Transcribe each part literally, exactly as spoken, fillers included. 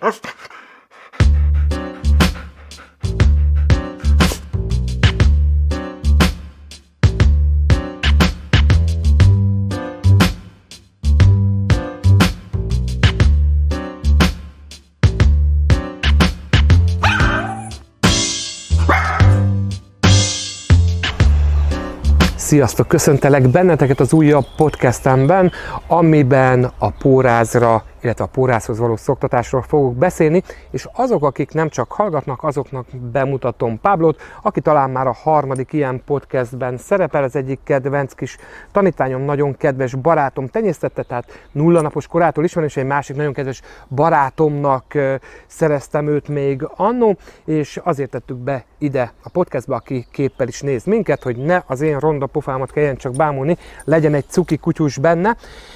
Sziasztok! Köszöntelek benneteket az újabb podcastemben, amiben a pórázra, illetve a pórázhoz való szoktatásról fogok beszélni, és azok, akik nem csak hallgatnak, azoknak bemutatom Pablót, aki talán már a harmadik ilyen podcastben szerepel, az egyik kedvenc kis tanítványom, nagyon kedves barátom tenyésztette, tehát nulla napos korától ismerem, és egy másik nagyon kedves barátomnak szereztem őt még annó, és azért tettük be ide a podcastba, aki képpel is néz minket, hogy ne az én ronda pofámat kelljen csak bámulni, legyen egy cuki kutyus benne,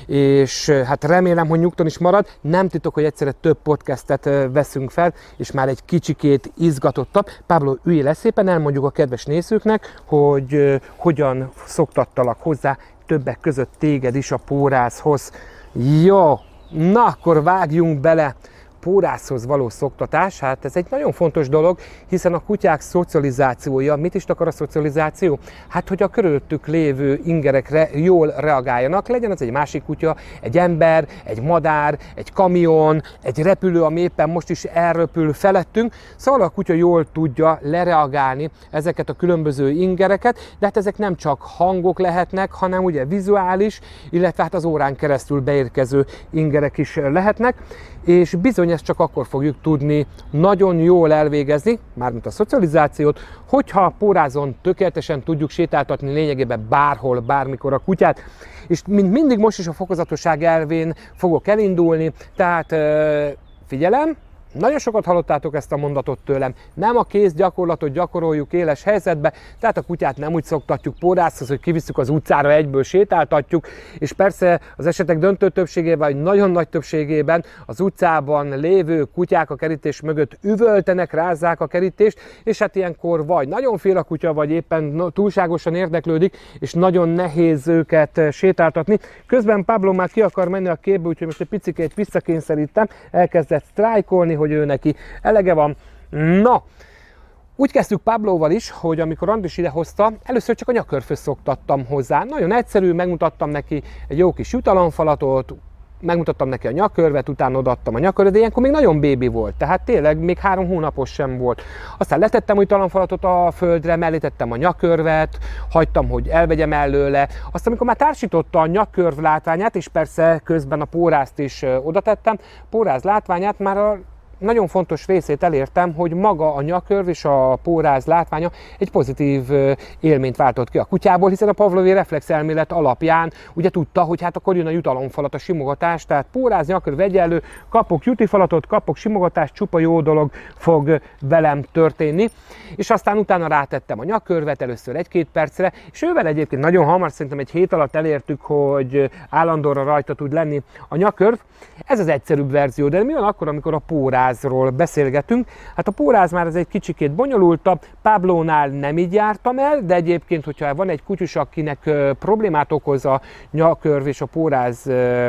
és hát remélem, hogy nyugton is marad. Nem titok, hogy egyszerre több podcastet veszünk fel, és már egy kicsikét izgatottabb. Pablo, ülj le szépen, elmondjuk a kedves nézőknek, hogy uh, hogyan szoktattalak hozzá többek között téged is a pórázhoz. Jó, na akkor vágjunk bele. Pórázhoz való szoktatás, hát ez egy nagyon fontos dolog, hiszen a kutyák szocializációja, mit is akar a szocializáció? Hát, hogy a körülöttük lévő ingerekre jól reagáljanak, legyen az egy másik kutya, egy ember, egy madár, egy kamion, egy repülő, ami éppen most is elröpül felettünk, szóval a kutya jól tudja lereagálni ezeket a különböző ingereket, de hát ezek nem csak hangok lehetnek, hanem ugye vizuális, illetve hát az órán keresztül beérkező ingerek is lehetnek, és bizony ezt csak akkor fogjuk tudni nagyon jól elvégezni, mármint a szocializációt, hogyha a pórázon tökéletesen tudjuk sétáltatni lényegében bárhol, bármikor a kutyát. És mint mindig most is a fokozatosság elvén fogok elindulni, tehát figyelem, nagyon sokat hallottátok ezt a mondatot tőlem, nem a kéz gyakorlatot gyakoroljuk éles helyzetbe, tehát a kutyát nem úgy szoktatjuk pórázhoz, hogy kivisszük az utcára, egyből sétáltatjuk, és persze az esetek döntő többségében, vagy nagyon nagy többségében az utcában lévő kutyák a kerítés mögött üvöltenek, rázzák a kerítést, és hát ilyenkor vagy nagyon fél a kutya, vagy éppen túlságosan érdeklődik, és nagyon nehéz őket sétáltatni. Közben Pablo már ki akar menni a képbe, úgyhogy most egy picikét visszakényszerítem, elkezdett sztrájkolni, hogy ő neki elege van. Na, úgy kezdtük Pablóval is, hogy amikor Andris idehozta, először csak a nyakörföz szoktattam hozzá. Nagyon egyszerű, megmutattam neki egy jó kis jutalomfalatot, megmutattam neki a nyakörvet, utána odaadtam a nyakörvet, de ilyenkor még nagyon bébi volt, tehát tényleg még három hónapos sem volt. Aztán letettem a jutalomfalatot a földre, mellé tettem a nyakörvet, hagytam, hogy elvegyem előle. Aztán amikor már társította a nyakörv látványát, és persze közben a pórázt is oda tettem, póráz látványát már a nagyon fontos részét elértem, hogy maga a nyakörv és a póráz látványa egy pozitív élményt váltott ki a kutyából, hiszen a pavlovi reflexelmélet alapján ugye tudta, hogy hát akkor jön a jutalomfalat, a simogatás, tehát póráz, nyakörv egyenlő, kapok jutifalatot, kapok simogatást, csupa jó dolog fog velem történni. És aztán utána rátettem a nyakörvet, először egy-két percre, és ővel egyébként nagyon hamar, szerintem egy hét alatt elértük, hogy állandóra rajta tud lenni a nyakörv. Ez az egyszerűbb verzió, de mi van akkor, amikor a pórázról beszélgetünk? Hát a póráz már ez egy kicsikét bonyolultabb, Pablónál nem így jártam el, de egyébként, hogyha van egy kutyus, akinek problémát okoz a nyakörv és a póráz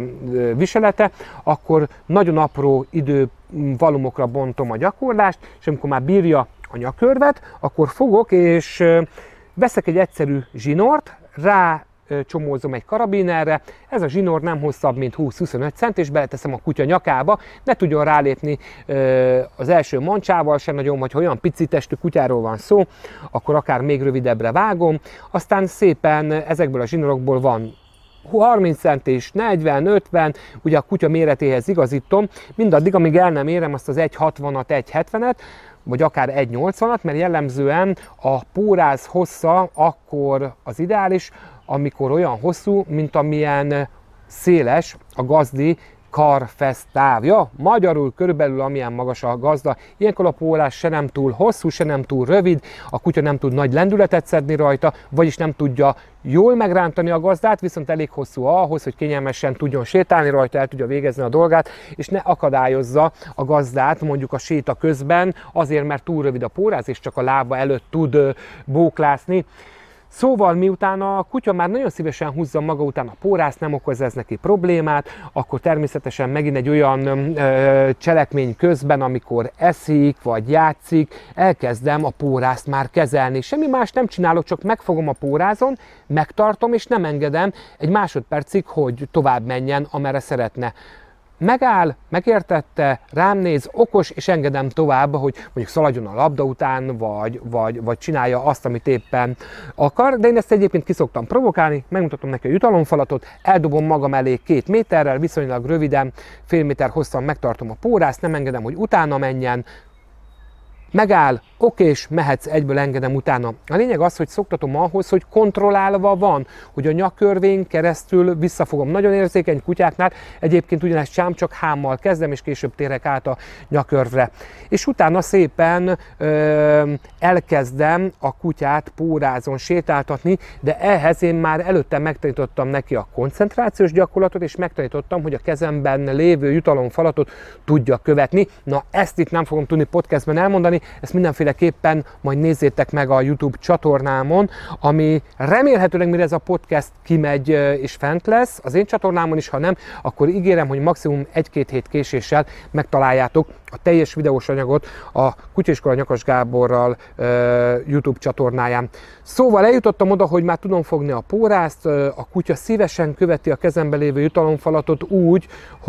viselete, akkor nagyon apró idővalumokra bontom a gyakorlást, és amikor már bírja a nyakörvet, akkor fogok és veszek egy egyszerű zsinort, rá csomózom egy karabinerre, ez a zsinór nem hosszabb, mint húsz-huszonöt cent, és beleteszem a kutya nyakába, ne tudjon rálépni az első mancsával sem nagyon, vagy ha olyan pici testű kutyáról van szó, akkor akár még rövidebbre vágom, aztán szépen ezekből a zsinórokból van harminc centis, negyven, ötven, ugye a kutya méretéhez igazítom, mindaddig, amíg el nem érem azt az egy hatvanat, egy hetvenet, vagy akár egy nyolcvanat, mert jellemzően a póráz hossza akkor az ideális, amikor olyan hosszú, mint amilyen széles a gazdi karfesz távja, magyarul körülbelül amilyen magas a gazda. Ilyenkor a póráz se nem túl hosszú, se nem túl rövid, a kutya nem tud nagy lendületet szedni rajta, vagyis nem tudja jól megrántani a gazdát, viszont elég hosszú ahhoz, hogy kényelmesen tudjon sétálni rajta, el tudja végezni a dolgát, és ne akadályozza a gazdát mondjuk a séta közben, azért mert túl rövid a póráz, és csak a lába előtt tud bóklászni. Szóval miután a kutya már nagyon szívesen húzza maga után a pórászt, nem okoz ez neki problémát, akkor természetesen megint egy olyan ö, cselekmény közben, amikor eszik vagy játszik, elkezdem a pórászt már kezelni. Semmi más nem csinálok, csak megfogom a pórázon, megtartom és nem engedem egy másodpercig, hogy tovább menjen, amerre szeretne. Megáll, megértette, rám néz, okos, és engedem tovább, hogy mondjuk szaladjon a labda után, vagy, vagy, vagy csinálja azt, amit éppen akar, de én ezt egyébként ki szoktam provokálni, megmutatom neki a jutalomfalatot, eldobom magam elé két méterrel, viszonylag röviden, fél méter hosszan megtartom a pórászt, nem engedem, hogy utána menjen, megáll, okés, mehetsz, egyből engedem utána. A lényeg az, hogy szoktatom ahhoz, hogy kontrollálva van, hogy a nyakkörvén keresztül visszafogom. Nagyon érzékeny kutyáknál egyébként ugyanezt csám, csak hámmal kezdem, és később térek át a nyakörvre. És utána szépen ö, elkezdem a kutyát pórázon sétáltatni, de ehhez én már előtte megtanítottam neki a koncentrációs gyakorlatot, és megtanítottam, hogy a kezemben lévő jutalomfalatot tudja követni. Na, ezt itt nem fogom tudni podcastben elmondani, ezt mindenféleképpen majd nézzétek meg a YouTube csatornámon, ami remélhetőleg, mire ez a podcast kimegy és fent lesz, az én csatornámon is, ha nem, akkor ígérem, hogy maximum egy-két hét késéssel megtaláljátok a teljes videós anyagot a Kutyaiskola Nyakas Gáborral uh, YouTube csatornáján. Szóval eljutottam oda, hogy már tudom fogni a pórászt, a kutya szívesen követi a kezembe lévő jutalomfalatot úgy,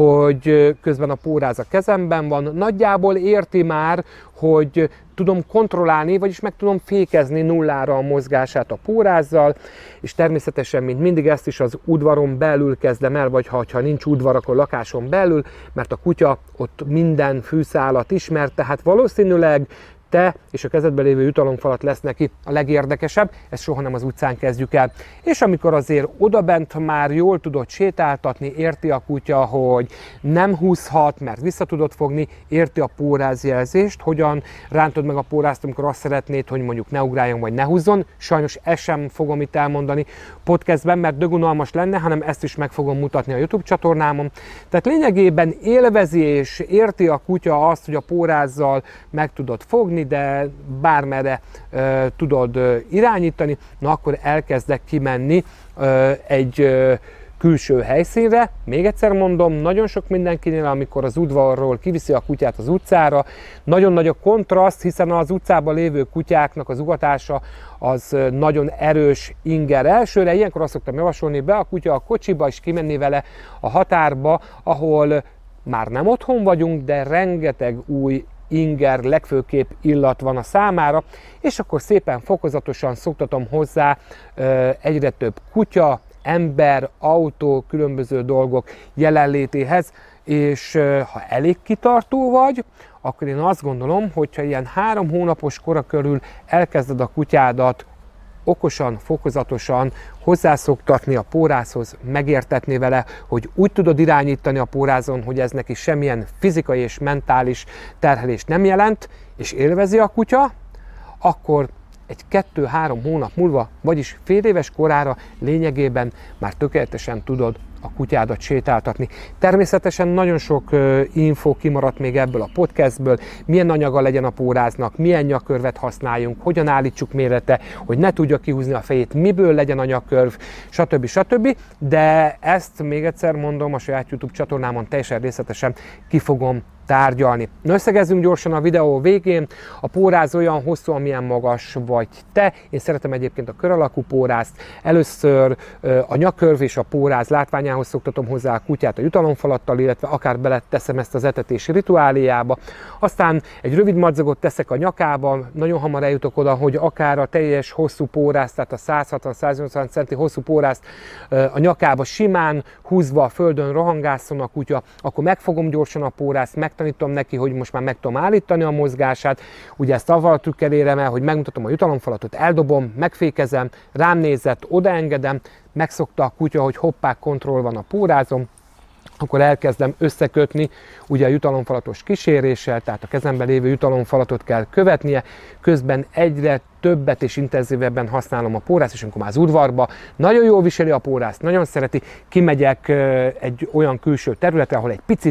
hogy közben a póráz a kezemben van, nagyjából érti már, hogy tudom kontrollálni, vagyis meg tudom fékezni nullára a mozgását a pórázzal, és természetesen, mint mindig, ezt is az udvaron belül kezdem el, vagy ha, ha nincs udvar, akkor lakáson belül, mert a kutya ott minden fűszálat ismer, tehát valószínűleg te és a kezedben lévő jutalomfalat lesz neki a legérdekesebb, ezt soha nem az utcán kezdjük el. És amikor azért odabent már jól tudod sétáltatni, érti a kutya, hogy nem húzhat, mert vissza tudod fogni, érti a pórázjelzést, hogyan rántod meg a pórázt, amikor azt szeretnéd, hogy mondjuk ne ugráljon vagy ne húzzon. Sajnos ezt sem fogom itt elmondani podcastben, mert dögunalmas lenne, hanem ezt is meg fogom mutatni a YouTube csatornámon. Tehát lényegében élvezi és érti a kutya azt, hogy a pórázzal meg tudod fogni, de bármerre uh, tudod uh, irányítani, na akkor elkezdek kimenni uh, egy uh, külső helyszínre. Még egyszer mondom, nagyon sok mindenkinél, amikor az udvarról kiviszi a kutyát az utcára, nagyon nagy a kontraszt, hiszen az utcában lévő kutyáknak az ugatása az nagyon erős inger elsőre. Ilyenkor azt szoktam javasolni, be a kutya a kocsiba, és kimenni vele a határba, ahol már nem otthon vagyunk, de rengeteg új inger, legfőképp illat van a számára, és akkor szépen fokozatosan szoktatom hozzá egyre több kutya, ember, autó, különböző dolgok jelenlétéhez, és ha elég kitartó vagy, akkor én azt gondolom, hogyha ilyen három hónapos kora körül elkezded a kutyádat okosan, fokozatosan hozzászoktatni a pórászhoz, megértetni vele, hogy úgy tudod irányítani a pórázon, hogy ez neki semmilyen fizikai és mentális terhelést nem jelent, és élvezi a kutya, akkor egy kettő-három hónap múlva, vagyis fél éves korára lényegében már tökéletesen tudod a kutyádat sétáltatni. Természetesen nagyon sok uh, info kimaradt még ebből a podcastből, milyen anyaga legyen a póráznak, milyen nyakkörvet használjunk, hogyan állítsuk mérete, hogy ne tudja kihúzni a fejét, miből legyen a nyakkörv, stb. stb. De ezt még egyszer mondom, a saját YouTube csatornámon teljesen részletesen ki fogom tárgyalni. Na, összegezzünk gyorsan a videó végén. A póráz olyan hosszú, amilyen magas vagy te. Én szeretem egyébként a kör alakú pórázt. Először a nyakkörv és a póráz látványához szoktatom hozzá a kutyát a jutalomfalattal, illetve akár beleteszem ezt az etetési rituáliába. Aztán egy rövid madzagot teszek a nyakába, nagyon hamar eljutok oda, hogy akár a teljes hosszú pórázt, tehát a száz hatvan-száznyolcvan centi hosszú pórázt a nyakába simán húzva a földön rohangásszon a kutya, akkor megfogom gyorsan a pórázt, megtanítom neki, hogy most már meg tudom állítani a mozgását. Ugye ezt avval a trükkel érem el, hogy megmutatom a jutalomfalatot, eldobom, megfékezem, rám nézett, odaengedem, megszokta a kutya, hogy hoppá, kontroll van a pórázom, akkor elkezdem összekötni ugye a jutalomfalatos kíséréssel, tehát a kezemben lévő jutalomfalatot kell követnie, közben egyre többet és intenzívebben használom a pórászt, és amikor már az udvarba nagyon jól viseli a pórászt, nagyon szereti, kimegyek egy olyan külső területre, ahol egy picit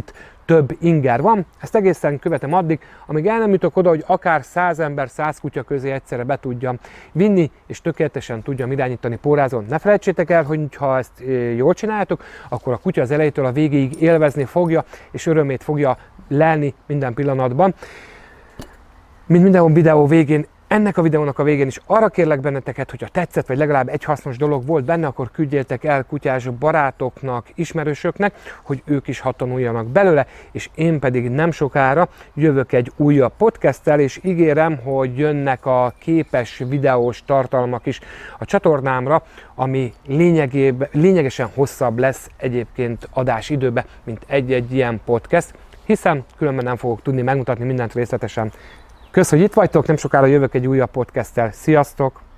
több inger van. Ezt egészen követem addig, amíg el nem jutok oda, hogy akár száz ember, száz kutya közé egyszerre be tudjam vinni, és tökéletesen tudjam irányítani pórázon. Ne felejtsétek el, hogy ha ezt jól csináljátok, akkor a kutya az elejétől a végéig élvezni fogja, és örömét fogja lelni minden pillanatban. Mint minden videó végén, ennek a videónak a végén is arra kérlek benneteket, hogyha tetszett, vagy legalább egy hasznos dolog volt benne, akkor küldjétek el kutyás barátoknak, ismerősöknek, hogy ők is tanuljanak belőle, és én pedig nem sokára jövök egy újabb podcasttel, és ígérem, hogy jönnek a képes videós tartalmak is a csatornámra, ami lényegében, lényegesen hosszabb lesz egyébként adásidőben, mint egy-egy ilyen podcast, hiszen különben nem fogok tudni megmutatni mindent részletesen. Kösz, hogy itt vagytok, nem sokára jövök egy újabb podcasttel. Sziasztok!